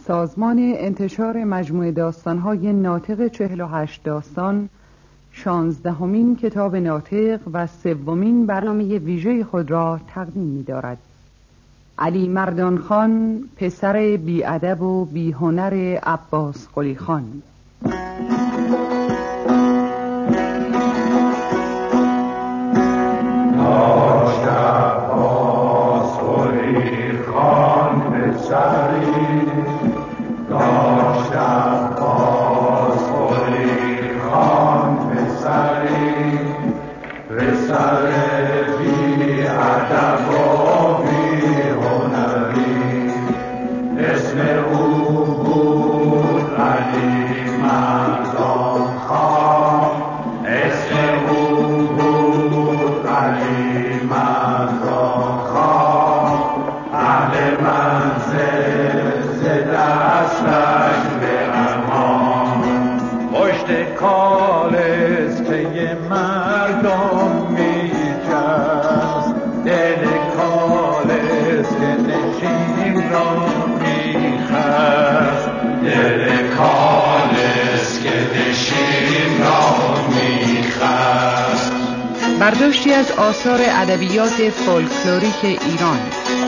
سازمان انتشار مجموعه داستان‌های ناطق 48 داستان 16مین کتاب ناطق و 3مین برنامه ویژه خود را تقدیم می‌دارد. علی مردان خان، پسر بی‌ادب و بی‌هنر عباس قلی خان. برداشتی از آثار ادبیات فولکلوریک ایران.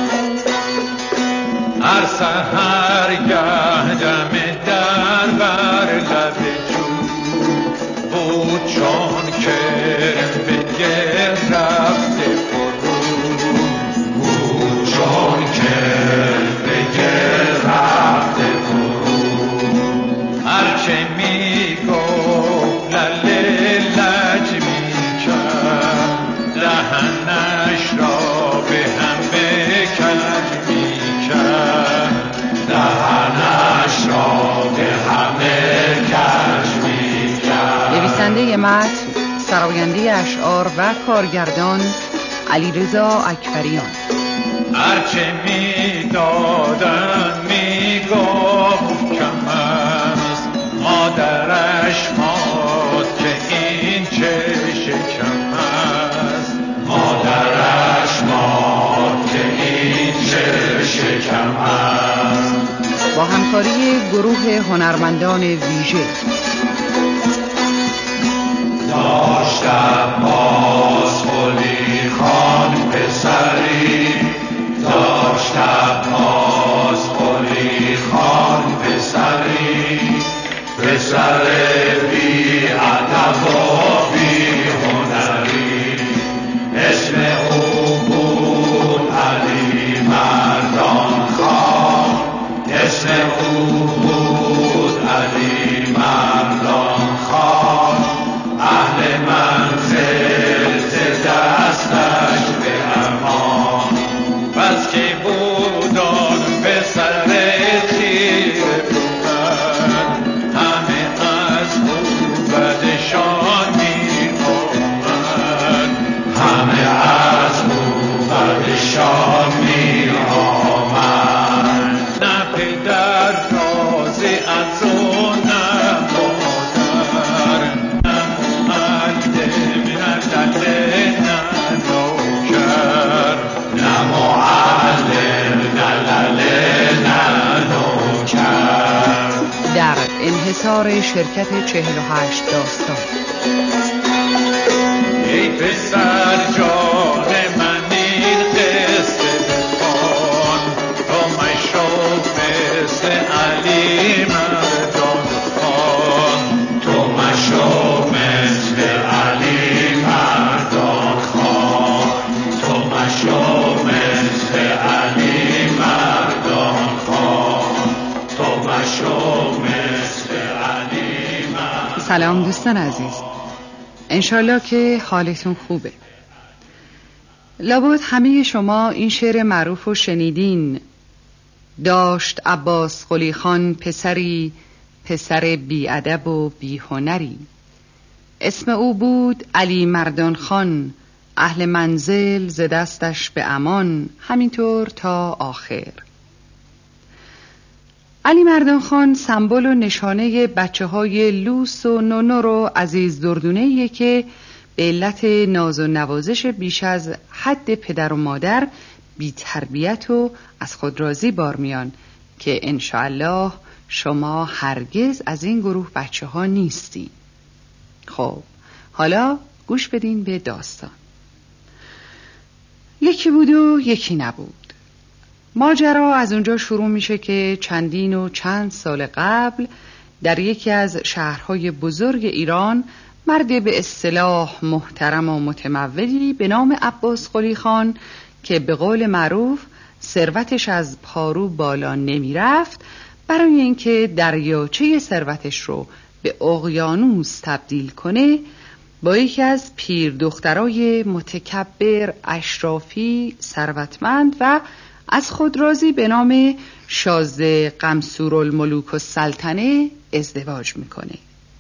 هر سحرگه دم در بر لب جو بود چون کرم به گل رفته فرو، بود چون کرم به گل رفته فرو. هرچه می گفت لله لج می کرد، دهنش را به هم بکج می کرد، دهنش را به هم بکج می کرد. نویسنده متن، سراینده اشعار و کارگردان علیرضا اکبریان. هرچه می دادن می گفت کم است، مادرش ماد که این چه شکم است، مادرش ماد که این چه شکم است. با همکاری گروه هنرمندان ویژه. داشت عباس قلی خان پسری، داشت عباس قلی خان پسری، پسر بی ادب و بی هنری. اسم او بود علی مردان خان، اسم او بود علی مردان خان. اهل منزل ز دستش به امان، بس که بودان به سر تیره بودن، همه از او بدشان می آمد، همه از او بدشان می آمد. نه پدر راضی از او، نه مادر، نه معلم، نه دله، نه نوکر، نه معلم، نه دله، نه نوکر. در انحصار شرکت 48 داستان. ای پسر جان من این قصه بخوان، تو مشو مثل علی مردان خان، تو مشو مثل علی مردان خان، تو مشو مثل علی مردان خان، تو مشو مثل علی مردان. سلام دوستان عزیز، انشالله که حالتون خوبه. لابد همه شما این شعر معروف رو شنیدین. داشت عباس قلی خان پسری، پسر بی‌ادب و بی‌هنری. اسم او بود علی مردان خان، اهل منزل ز دستش به امان. همینطور تا آخر. علی مردان خان سمبل و نشانه بچه‌های لوس و نونو رو عزیز دردونه‌ایه که به علت ناز و نوازش بیش از حد پدر و مادر بی تربیت و از خود راضی بار میان که انشاءالله شما هرگز از این گروه بچه ها نیستین. خب حالا گوش بدین به داستان. یکی بود و یکی نبود. ماجرا از اونجا شروع میشه که چندین و چند سال قبل در یکی از شهرهای بزرگ ایران مرد به اصطلاح محترم و متمولی به نام عباس قلی خان که به قول معروف ثروتش از پارو بالا نمی رفت، برای اینکه دریاچه ثروتش رو به اقیانوس تبدیل کنه با یکی از پیر دخترای متکبر، اشرافی، ثروتمند و از خود راضی به نام شازده قمصورالملوک السلطنه ازدواج میکنه.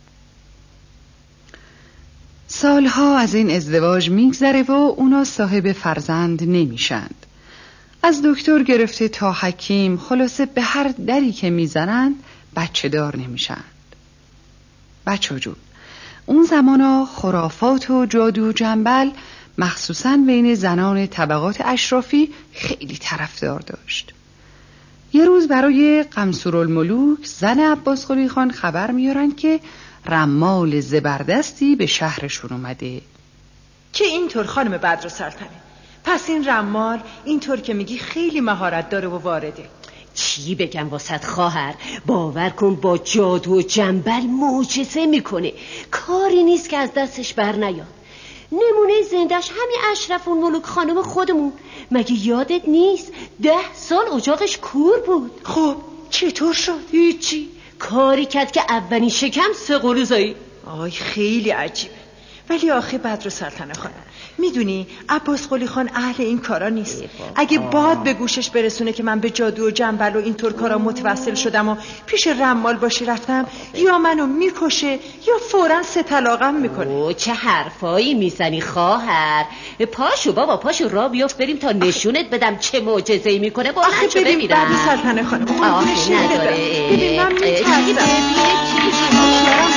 سالها از این ازدواج میگذره و اونا صاحب فرزند نمیشند. از دکتر گرفته تا حکیم، خلاصه به هر دری که میزنند بچه دار نمیشند. بچه جون، اون زمانا خرافات و جادو و جنبل مخصوصاً بین زنان طبقات اشرافی خیلی طرفدار داشت. یه روز برای قمصورالملوک زن عباس قلی خان خبر میارن که رمال زبردستی به شهرشون اومده. که اینطور خانم بدرالسلطنه؟ پس این رمال اینطور که میگی خیلی مهارت داره و وارده. چی بگم واسط خواهر؟ باور کن با جادو و جنبل معجزه میکنه. کاری نیست که از دستش بر نیاد. نمونه زندش همین اشرف‌الملوک خانم خودمون. مگه یادت نیست 10 سال اجاقش کور بود؟ خب چطور شد؟ هیچی، کاری کرد که اولین شکم 3 قلو زایی. آی خیلی عجیبه. ولی آخه بدرالسلطنه خانم، میدونی عباس قلی خان اهل این کارا نیست. اگه باد به گوشش برسونه که من به جادو و جنبل و اینطور کارا متوسل شدم و پیش رمال باشی رفتم، یا منو میکشه یا فوراً 3 طلاقم میکنه. اوه چه حرفایی میزنی خواهر. پاشو بابا، پاشو را بیافت بریم تا نشونت بدم چه معجزه‌ای میکنه. آخه ببین بدرالسلطنه خانم، آخه نداره. ببین من میترسم.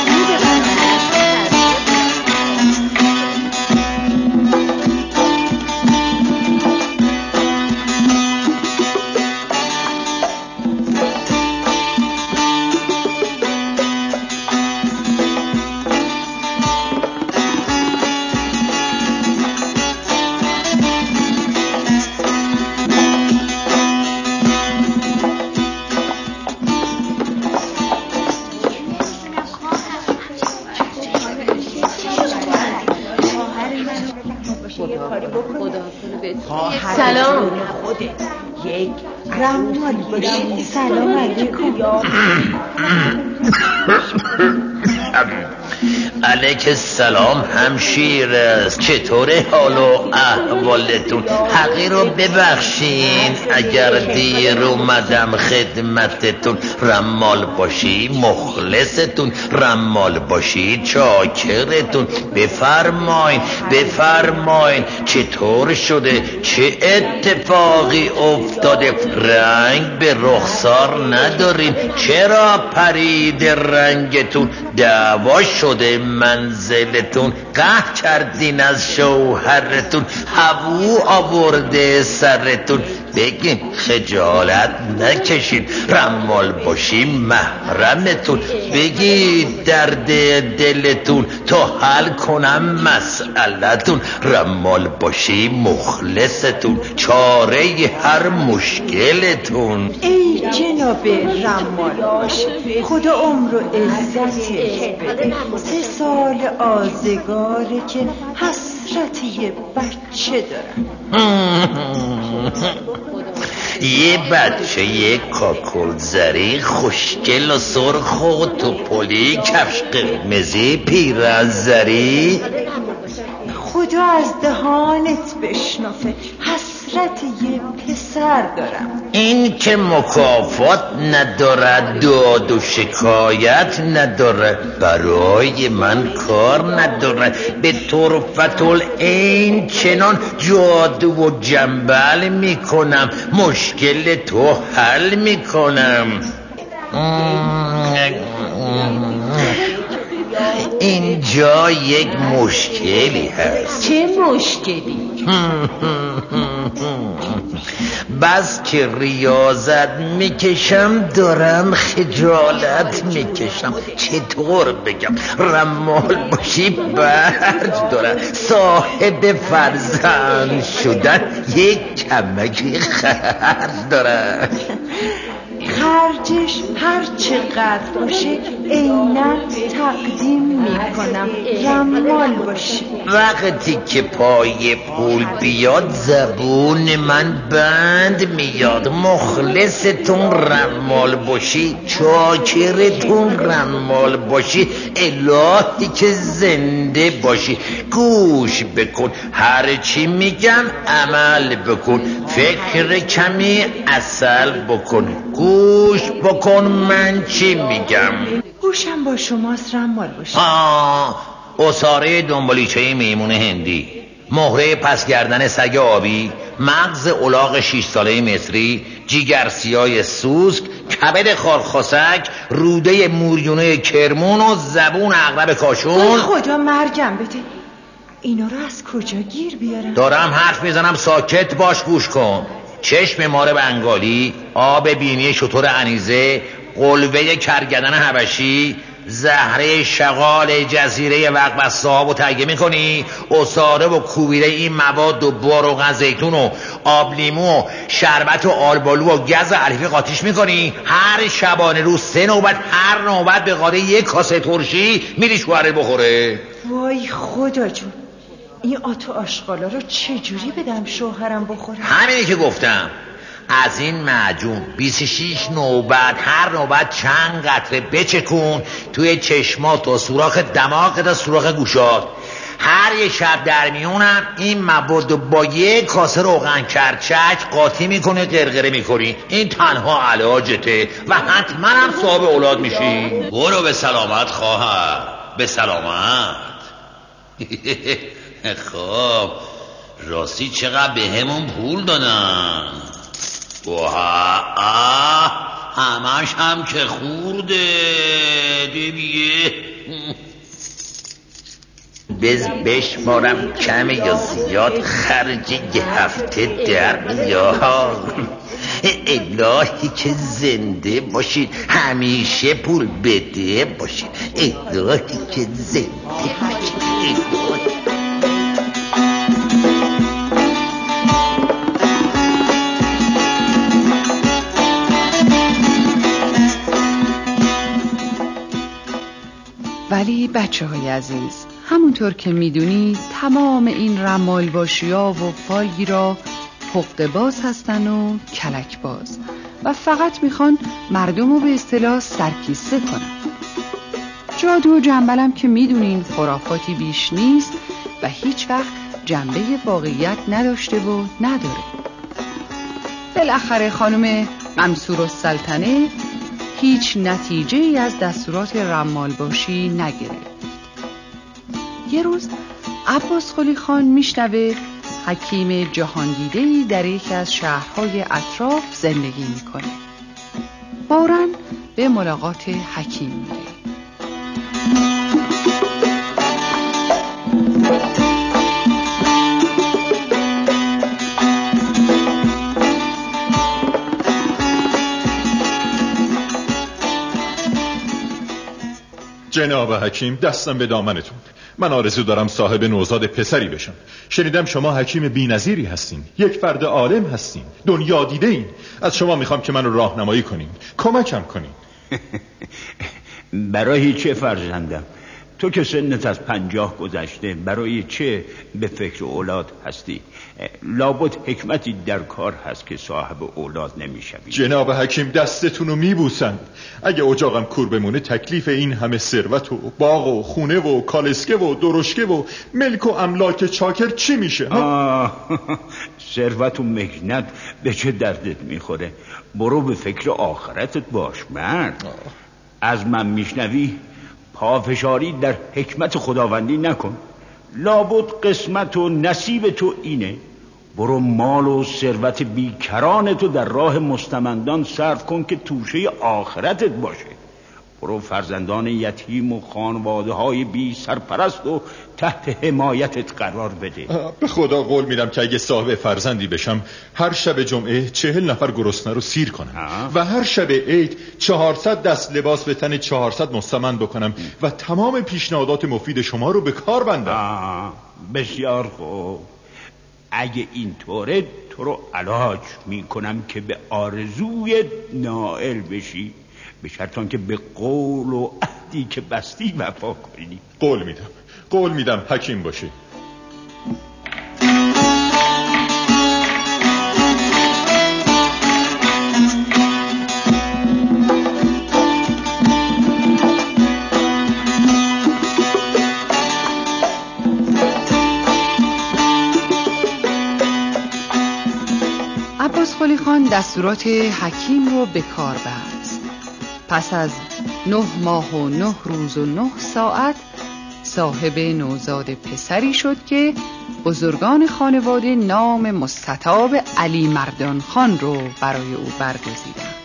سلام. یک رمال باشی. سلام علیکم. علیک السلام همشیر، چطوره حال و احوالتون؟ حقی رو ببخشین اگر دیر اومدم خدمتتون. رمال باشی مخلصتون، رمال باشی چاکرتون. بفرماین بفرماین، چطور شده؟ چه اتفاقی افتاده؟ رنگ به رخسار ندارین، چرا پرید رنگتون؟ دعوا شده منزلتون؟ قهر کردین از شوهرتون؟ هوو آورده سرتون؟ بگین خجالت نکشین، رمال باشی محرمتون. بگید درد دلتون تا حل کنم مسئلتون. رمال باشی مخلصتون، چاره هر مشکلتون. ای جناب رمال باشی، خدا عمر و عزتش بده. 3 سال آزگاره که حسرت یه بچه دارم. یه بچه یه کاکل زری خوشگل و سرخ و توپلی کفش قرمزی پیرزری. خدا از دهانت بشنفه، حسرت یه پسر دارم. این که مکافات ندارد، داد و شکایت ندارد، برای من کار ندارد. به طرفت العین چنان جادو و جنبل میکنم، مشکل تو حل میکنم. اینجا یک مشکلی هست. چه مشکلی؟ بس که ریاضت میکشم دارم خجالت میکشم. چطور بگم؟ رمال باشی برج دارم، صاحب فرزند شدن یک کمکی خرج دارم. خرجش هر چقدر باشه عیناً تقدیم میکنم رمال باشی. وقتی که پای پول بیاد زبون من بند میاد. مخلصتون رمال باشی، چاکرتون رمال باشی. الهی که زنده باشی. گوش بکن هر چی میگم عمل بکن. فکر کمی عسل بکن. گوش بکن من چی میگم. گوشم با شماست رمال باشی. اصاره دنبالیچه میمون هندی، مهره پس گردن سگ آبی، مغز الاغ 6 ساله مصری، جیگر سیاه سوسک، کبد خارخاسک، روده موریونه کرمون و زبون عقرب کاشون. خدا مرگم بده، اینا رو از کجا گیر بیارم؟ دارم حرف میزنم، ساکت باش گوش کن. چشم مار بنگالی، آب بینی شتر انیزه، قلوه کرگدن حبشی، زهره شغال جزیره وقت صاحب رو تهیه میکنی. اصاره و کوبیده این مواد و باروغن زیتون و آب لیمو و شربت و آلبالو و گز الفی قاطیش میکنی. هر شبانه روز 3 نوبت، هر نوبت به قاده 1 کاسه ترشی میری شوهره بخوره. وای خدا جون، این آتو آشغالا رو چجوری بدم شوهرم بخوره؟ همینی که گفتم. از این معجون 26 نوبت، هر نوبت چند قطره بچکون توی چشمات و سوراخ دماغ تا سوراخ گوشات. هر یه شب در میونم این مواد با 1 کاسه روغن کرچک قاطی میکنه، قرقره میکنی. این تنها علاجته و حتما هم صاحب اولاد میشی. برو به سلامت خواهر، به سلامت. خب راستی چقدر به همون پول دادن؟ همش هم که خورده دیگه. بشمارم کم یا زیاد خرج یه هفته در میاد. الهی که زنده باشید، همیشه پول بده باشید. الهی که زنده باشید. ولی بچه های عزیز، همونطور که میدونید تمام این رمال باشی‌ها و فالگیرا پخته باز هستن و کلک باز و فقط میخوان مردم رو به اصطلاح سرکیسه کنن. جادو و جنبلم که میدونین خرافاتی بیش نیست و هیچ وقت جنبه واقعیت نداشته و نداره. بالاخره خانم قمصرالسلطنه هیچ نتیجه ای از دستورات رمال باشی نگرفت. یه روز عباس قلی خان میشنوه حکیم جهاندیده‌ای در یکی از شهرهای اطراف زندگی میکنه. فوراً به ملاقات حکیم میره. جناب حکیم، دستم به دامنتون. من آرزو دارم صاحب نوزاد پسری بشم. شنیدم شما حکیم بی‌نظیری هستین، یک فرد عالم هستین، دنیا دیده این. از شما میخوام که منو راهنمایی کنین، کمکم کنین. برای چه فرزندم؟ تو که سنت از 50 گذشته، برای چه به فکر اولاد هستی؟ لابد حکمتی در کار هست که صاحب اولاد نمیشوی. جناب حکیم دستتونو میبوسن. اگه اجاقم کور بمونه تکلیف این همه ثروت و باغ و خونه و کالسکه و درشکه و ملک و املاک چاکر چی میشه؟ ثروت و مکنت به چه دردت میخوره؟ برو به فکر آخرتت باش مرد. از من میشنوی؟ پافشاری در حکمت خداوندی نکن. لابد قسمت و نصیب تو اینه. برو مال و ثروت بیکران تو در راه مستمندان صرف کن که توشه آخرتت باشه. برو فرزندان یتیم و خانواده های بی سرپرست و تحت حمایتت قرار بده. به خدا قول میدم که اگه صاحب فرزندی بشم هر شب جمعه 40 نفر گرسنه رو سیر کنم و هر شب عید 400 دست لباس به تن 400 مستمند بکنم و تمام پیشنهادات مفید شما رو به کار بندم. بسیار خوب. اگه اینطوره تو رو علاج میکنم که به آرزوی نائل بشی، به شرط آنکه به قول و عهدی که بستی وفا کنی. قول میدم حکیم باشی. عباس قلی خان دستورات حکیم رو به کار بست. پس از 9 ماه و 9 روز و 9 ساعت صاحب نوزاد پسری شد که بزرگان خانواده نام مستطاب علی مردان خان رو برای او برگزیدند.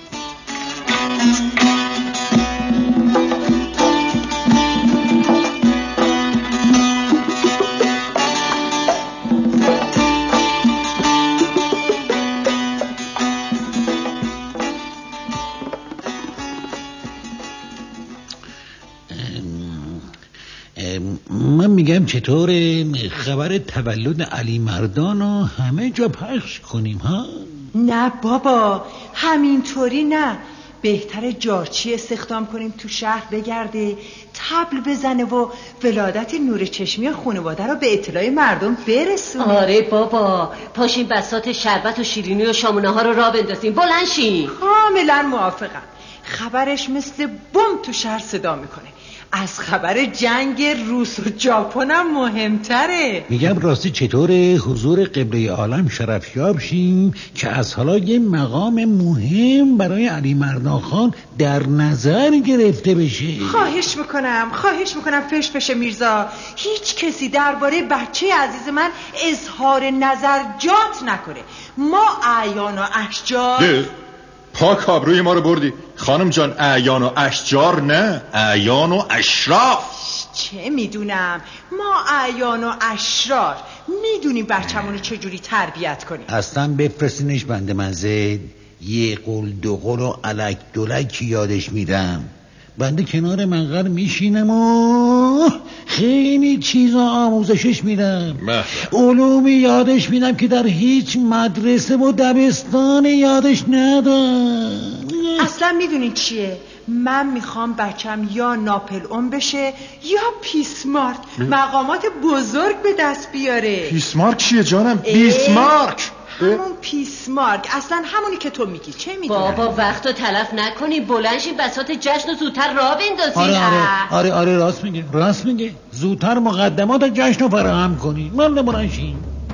من میگم چطور خبر تولد علی مردان رو همه جا پخش کنیم ها؟ نه بابا، همینطوری نه. بهتر جارچی استخدام کنیم تو شهر بگرده، طبل بزنه و ولادت نور چشمی خانواده رو به اطلاع مردم برسونه. آره بابا، پاشین بساط شربت و شیرینی و شامونه ها رو راه بندازیم. بلند شین. کاملا موافقم. خبرش مثل بم تو شهر صدا میکنه. از خبر جنگ روس و ژاپن هم مهمتره. میگم راستی چطور حضور قبله عالم شرفیاب شیم که از حالا یه مقام مهم برای علی مردان خان در نظر گرفته بشه. خواهش میکنم فش میرزا، هیچ کسی درباره بچه عزیز من اظهار نظرجات نکنه. ما اعیان و اشجار. پاک آبروی ما رو بردی خانم جان. اعیان و اشجار نه، اعیان و اشراف. چه میدونم، ما اعیان و اشرار میدونیم بچه‌مون رو چجوری تربیت کنیم. اصلا بفرستینش بنده منزل، یه قول دو قول و الک دولک یادش میدم. بنده کنار منقل میشینم و خیلی چیزا آموزشش میدم. علومی یادش میدم که در هیچ مدرسه و دبستان یادش ندم. اصلا میدونین چیه؟ من میخوام بچم یا ناپل اون بشه یا پیسمارک، مقامات بزرگ به دست بیاره. پیسمارک چیه جانم؟ بیسمارک. همون پیسمارک، اصلا همونی که تو میگی. چه میدونم؟ بابا وقتو تلف نکنی، بلنشین بساط جشن و زودتر راه بندازین. آره راست میگه. زودتر مقدمات جشن رو فراهم کنی. من بلنشین.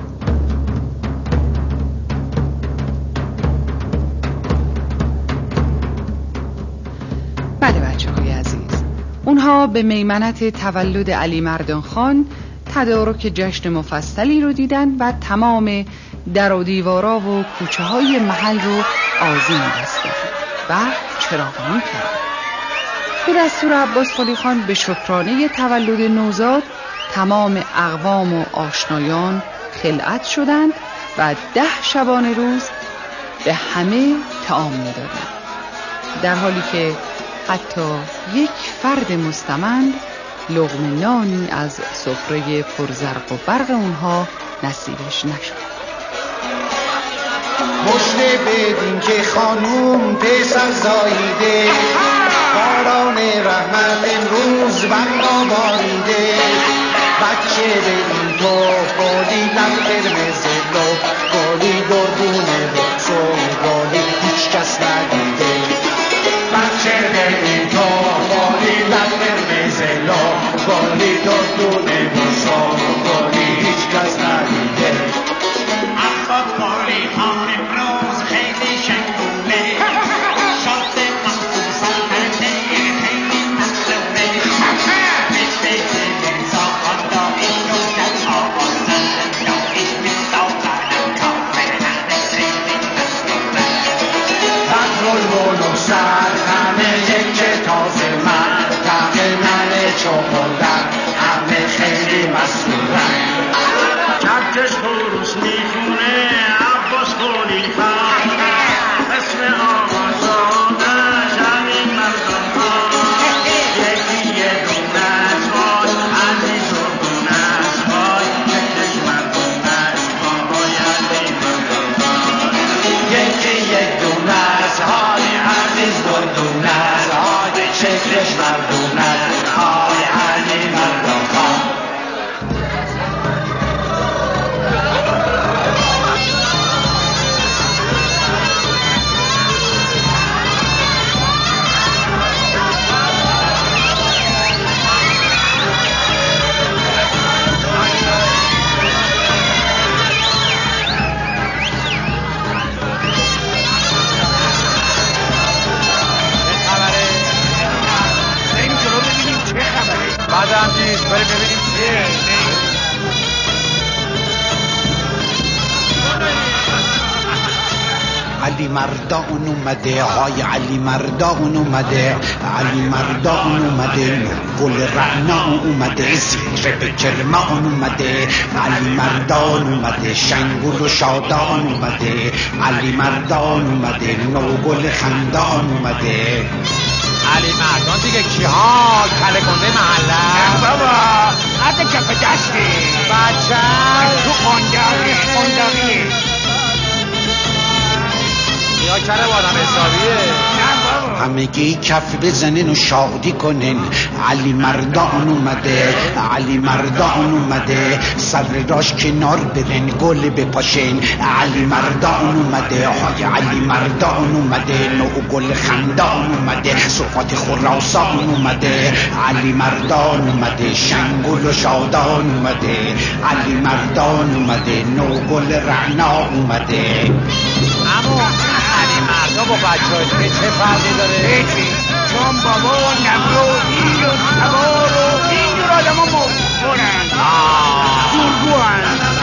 بله بچه‌های عزیز، اونها به میمنت تولد علی مردان خان تدارک جشن مفصلی رو دیدن و تمام در و دیوارا و کوچه های محل رو آذین بستن و چراغانی کردن. به دستور عباس قلی خان به شکرانه تولد نوزاد تمام اقوام و آشنایان خلعت شدند و 10 شبانه روز به همه طعام می‌دادند، در حالی که حتی یک فرد مستمند لقمه نانی از سفره پرزرق و برق اونها نصیبش نشد. مژده بدین که خانوم پسر زاییده، باران رحمت امروز بر ما باریده. بچه بدین تو گلی لب قرمز لو، گلی دردونه بکس و گلی هیچ کس ندیده. بچه بدین تو گلی لب قرمز لو، گلی دردونه بکس و گلی هیچ کس ندیده. عباس قلی خان امروز خیلی شنگوله، شاد منصور سلطنه خیلی مسئوله. مثل میرزا خان دایش نوزد آوازن، دایش میساقنم کافر همه خیلی مسئوله. بدرول بلو سر همه یک تازه من، خطش خروس میخونه عباس قلی خان اسم آقازادش همین مردم خان یکی یه دونش وای عزیز و دونش وای چکش مردونش وای علی مردم خان یکی یک دونش های عزیز و دونش های چکش مردونش های علی مردم خان بعدم نیست بریم ببینیم چیه. علی مردان اومده، های علی مردان اومده، علی مردان اومده، گل رعنا اومده، زیر به کرمان اومده، علی مردان اومده، شنگول و شادان اومده، علی مردان اومده، نوگل خندان اومده. علی مردان دیگه کی ها؟ کله گنده محله بابا عرض کف دستی بچه تو قندقی یا کله بادم حسابیه. همگی کف بزنن و شادی کنن، علی مردان اومده، علی مردان اومده، سر راش کنار برن گل بپاشن، علی مردان اومده، های علی مردان اومده، نو گل خندان اومده، صفات خراسان اومده، علی مردان اومده، شنگول و شادان اومده، علی مردان اومده، نو گل رعنا اومده. اما علی مردان با بچه های چه فرقی داره؟ هیچی، چون بابا و نمرو این و سوار و این جور آدم ها مورن زورگوان.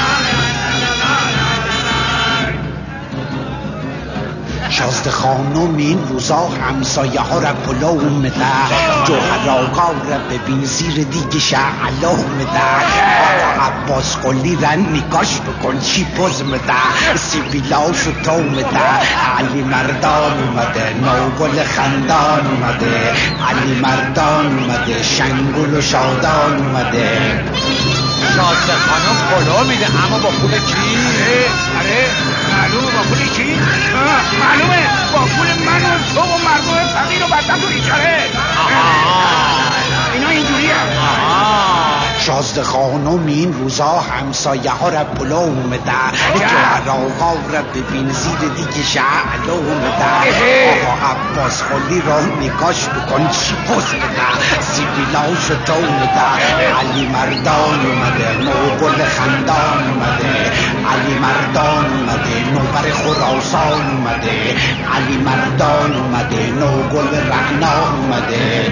شازده خانم این روزا همسایه ها را پلو اومده، جوهر آقا را ببین زیر دیگه شعلا اومده، آقا عباس قلی را نگاش بکن چی پوز مده، سیبیلاش تو اومده، علی مردان اومده، نوگل خندان اومده، علی مردان اومده، شنگول و شادان اومده. شازده خانم پلو میده اما با پول کی؟ آره معلومه با پول کی؟ معلومه با پول من و تو و مردم فقیر و بدبخت و بیچاره. اینا اینجوریه. شازده خانم این روزا همسایه ها را پلو اومده، جوهر آقا را ببین زیر دیگه شعلا اومده، آقا عباس قلی را نگاش بکن چی پوز بده، سیبیلاش تو اومده، علی مردان اومده، نوگل خندان اومده، علی مردان اومده، نوبر خراسان اومده، علی مردان اومده، نوگل رعنا اومده.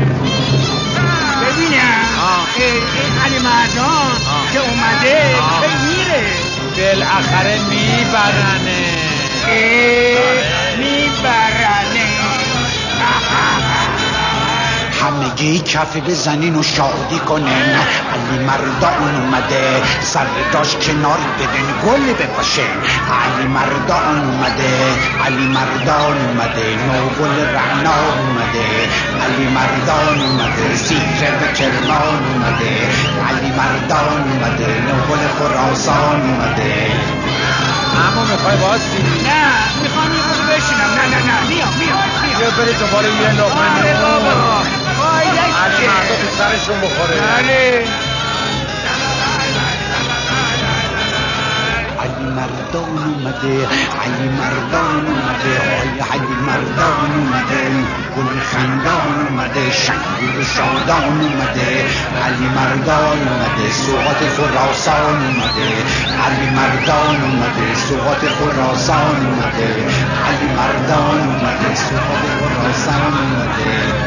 ببینم این علی مردان که اومده میره بالاخره میبرنه همگی کف بزنین و شادی کنین، علی مردان اومده، سر داش کنار بدن گل بپاشن، علی مردان اومده، علی مردان اومده، نوگل رعنا اومده، علی مردان اومده، زیر به کرمان اومده، علی مردان اومده، نوگل خراسان اومده. اما میخوای باستی؟ نه میخوام یه خود بشینم. نه میام چه بری دوباره یه لقمه بابا علی مردان تو سرشون بخوره. علی مردان اومده، علی مردان اومده، های علی مردان اومده، گل خندان اومده، شنگول شادان اومده، علی مردان اومده، سوغات خراسان اومده، علی مردان اومده، سوغات خراسان اومده، علی مردان اومده، سوغات خراسان اومده.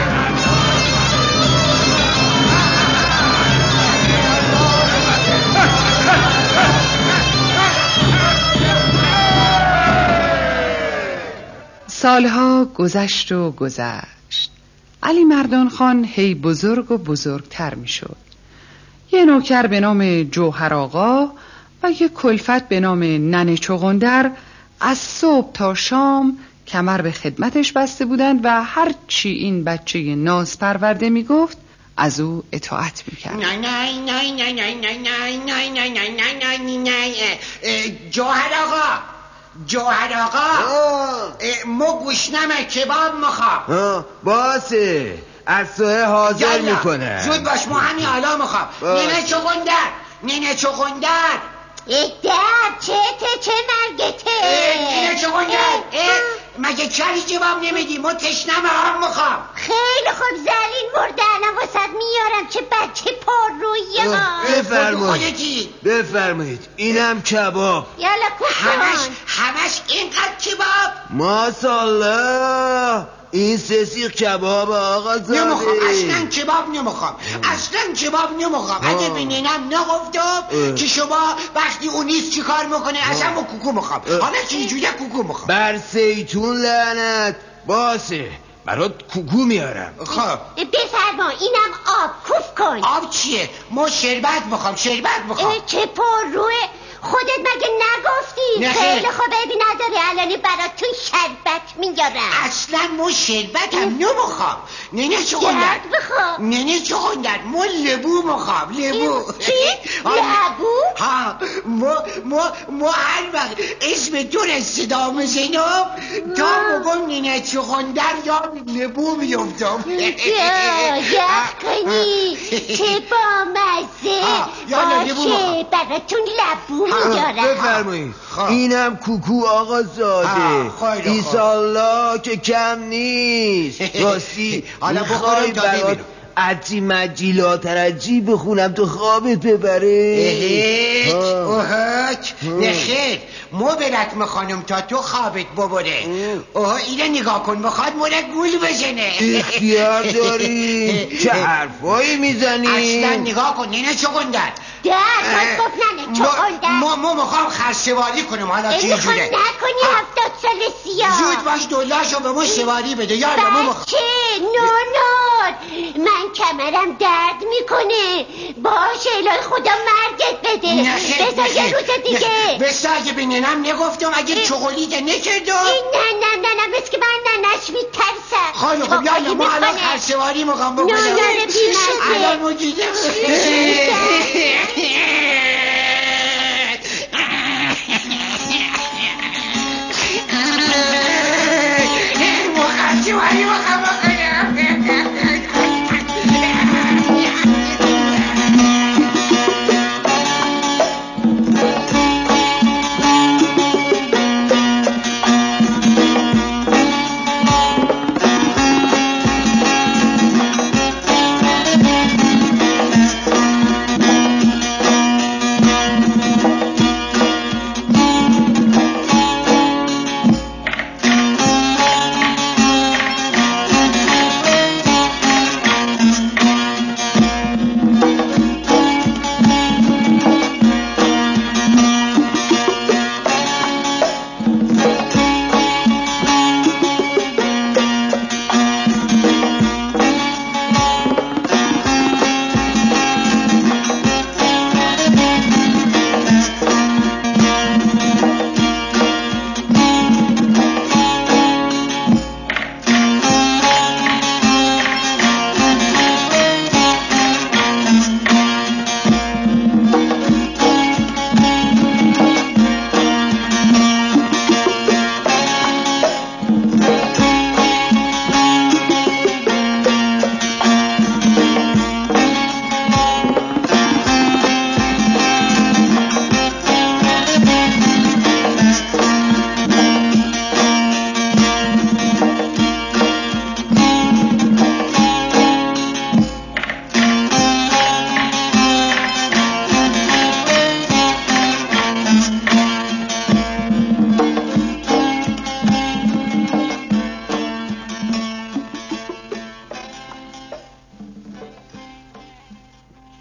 سالها گذشت و گذشت. علی مردان خان هی بزرگ و بزرگتر می شد. یه نوکر به نام جوهر آقا و یک کلفت به نام ننه چغندر از صبح تا شام کمر به خدمتش بسته بودند و هر چی این بچه ناز پرورده می گفت از او اطاعت می کرد. نه نه نه نه نه نه نه نه نه نه نه. جوهر آقا، جوهر آقا، مو گوشنمه کباب میخوام. باشه از سوه حاضر میکنه. زود باش، ما همین حالا میخوام. نینه چغندر، نینه چغندر. چه مرگته؟ نینه چغندر، مگه چری جواب نمیدی؟ ما تشنمه هم میخوام. خیلی خوب زلین مرده، الان واسد میارم. چه بچه پر رویه ها. بفرمایید اینم کباب. یالا کن. همش اینقدر کباب؟ ماشاءالله این سیخ کباب آقا زاده. نمیخوام، اصلا کباب نمیخوام، اصلا کباب نمیخوام. اگه به نینم نگفتم که شما وقتی اون نیست چی کار میکنه، اصلا با کوکو میخوام. حالا که اینجوریه کوکو میخوام. بر سیتون لعنت. باشه برات کوکو میارم. خب بفرما، اینم آب کوف کن. آب چیه؟ ما شربت میخوام، شربت میخوام. چه پر روه، خودت مگه نگفتی؟ خیلی خوبه، ببین نداره الانی براتون شربت میارم. اصلا ما شربت هم نمیخوام. نینه چغندر، نینه چغندر، ما لبو میخوام. لبو. چی؟ لبو؟ ها، ما هر وقت اسم تو رو صدا میزنم تا بگم نینه چغندر یا لبو میفتم. یخ کنی چه با مزه. باشه براتون لبو میارم. بفرمایید اینم کوکو آقا زاده. ایسالله که کم نیست. راستی میخوای برات عجی مجیلاتر عجیب بخونم تو خوابت ببره؟ نخیر، مو برت میخوانم تا تو خوابت ببره. اینه نگاه کن، میخواد مورد گول بزنه. اختیار داری. چه حرفایی میزنی؟ اصلا نگاه کن نینه چغندر. ما میخوام خرسواری کنم. حالا چه جوره؟ نکنی 70 سال سیاه. زود باش دلاشو به ما سواری بده. یالا ما بچه نونون، من کمرم درد میکنه. باشه الهی خدا مرگت بده. بذار یه روز دیگه. بسا اگه به ننم نگفتم، اگه چغلیده نکردم. نه مثل که من ننش میترسم. خیلی خب یالا ما الان خرسواری میخوام بکنم. نونون بیمزه. الان مجیده